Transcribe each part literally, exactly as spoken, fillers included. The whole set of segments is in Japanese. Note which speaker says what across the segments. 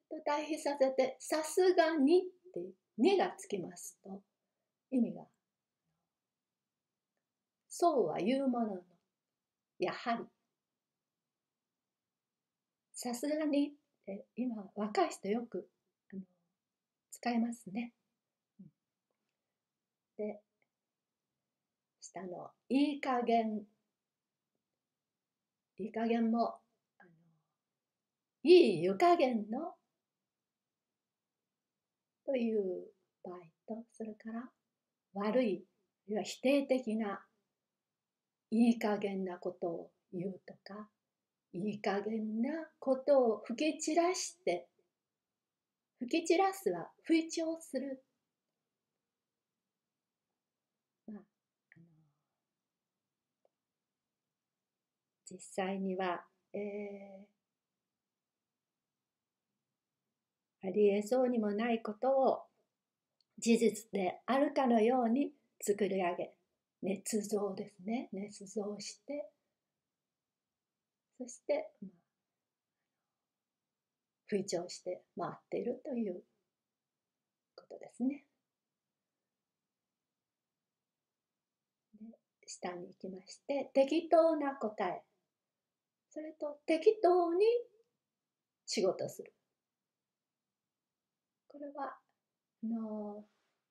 Speaker 1: と対比させて、さすがにってにがつきますと、意味が、そうは言うものの、やはり、さすがにって今若い人よくあの使いますね。で、下のいい加減、いい加減もあのいい湯加減のという場合と、それから悪い、いや否定的ないい加減なことを言うとか、いい加減なことを吹き散らして、吹き散らすは吹聴する。まあ、あの実際には、えー、ありえそうにもないことを事実であるかのように作り上げ、捏造ですね、捏造して、そして、まあ、吹聴して回っているということですね。で、下に行きまして、適当な答え。それと適当に仕事する。これはあの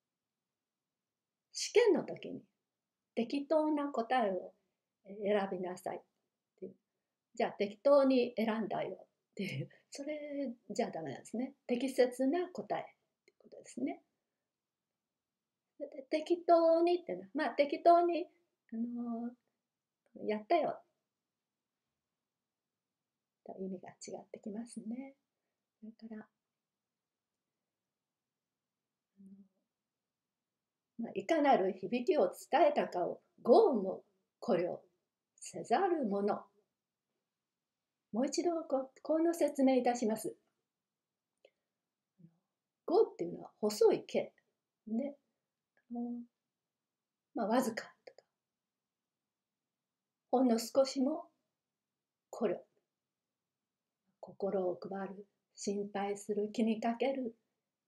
Speaker 1: 試験の時に適当な答えを選びなさいっていう。じゃあ適当に選んだよっていう。それじゃダメなんですね。適切な答えっていうことですね。で適当にっていうのは、まあ適当にあのやったよと意味が違ってきますね。それから、まあ、いかなる響きを伝えたかをごうも考慮せざるもの。もう一度ここの説明いたします。ごっていうのは細い毛で、まあ、わずかとかほんの少しも考慮、心を配る、心配する、気にかける、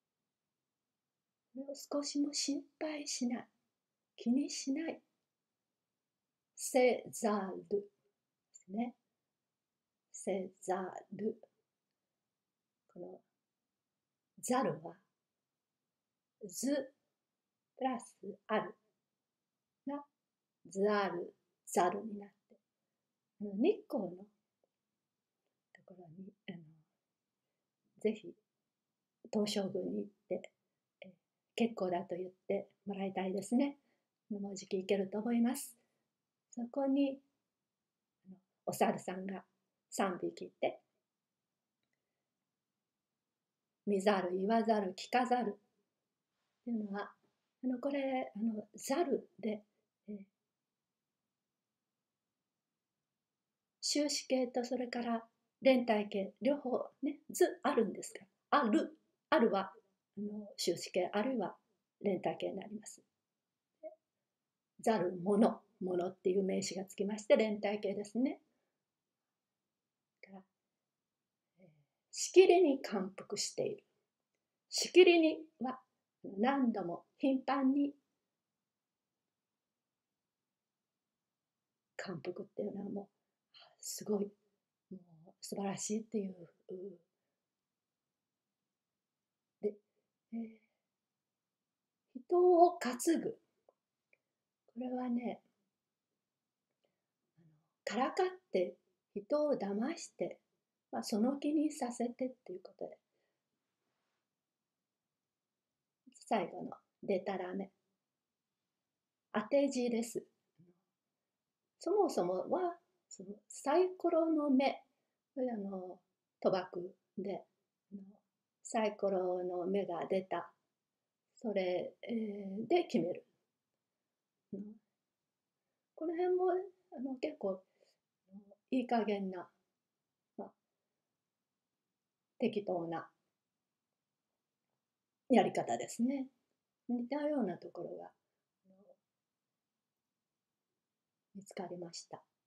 Speaker 1: 少しも心配しない、気にしない、せざるですね。せざる。このざるはずプラスあるがずあるざるになって、日光のところにあのぜひ東照宮に行って結構だと言ってもらいたいですね。もうじき行けると思います。そこにお猿さんがさんびきいて、見ざる、言わざる、聞かざるっていうのは、あのこれあのざるで、えー、終止形とそれから連体形両方ね、図あるんですが、ある、あるはあの終止形、あるいは連体形になります。ざる、もの、ものっていう名詞がつきまして連体形ですね。からしきりに感服している。しきりには何度も頻繁に感服っていうのはもうすごい、もう素晴らしいっていう。で、えー、人を担ぐ。これはね、からかって人を騙して、まあ、その気にさせてっていうことで、最後のでたらめ、当て字です。そもそもはそのサイコロの目、これあの賭博でサイコロの目が出た、それで決める。この辺もあの結構いい加減な、まあ、適当なやり方ですね。似たようなところが見つかりました。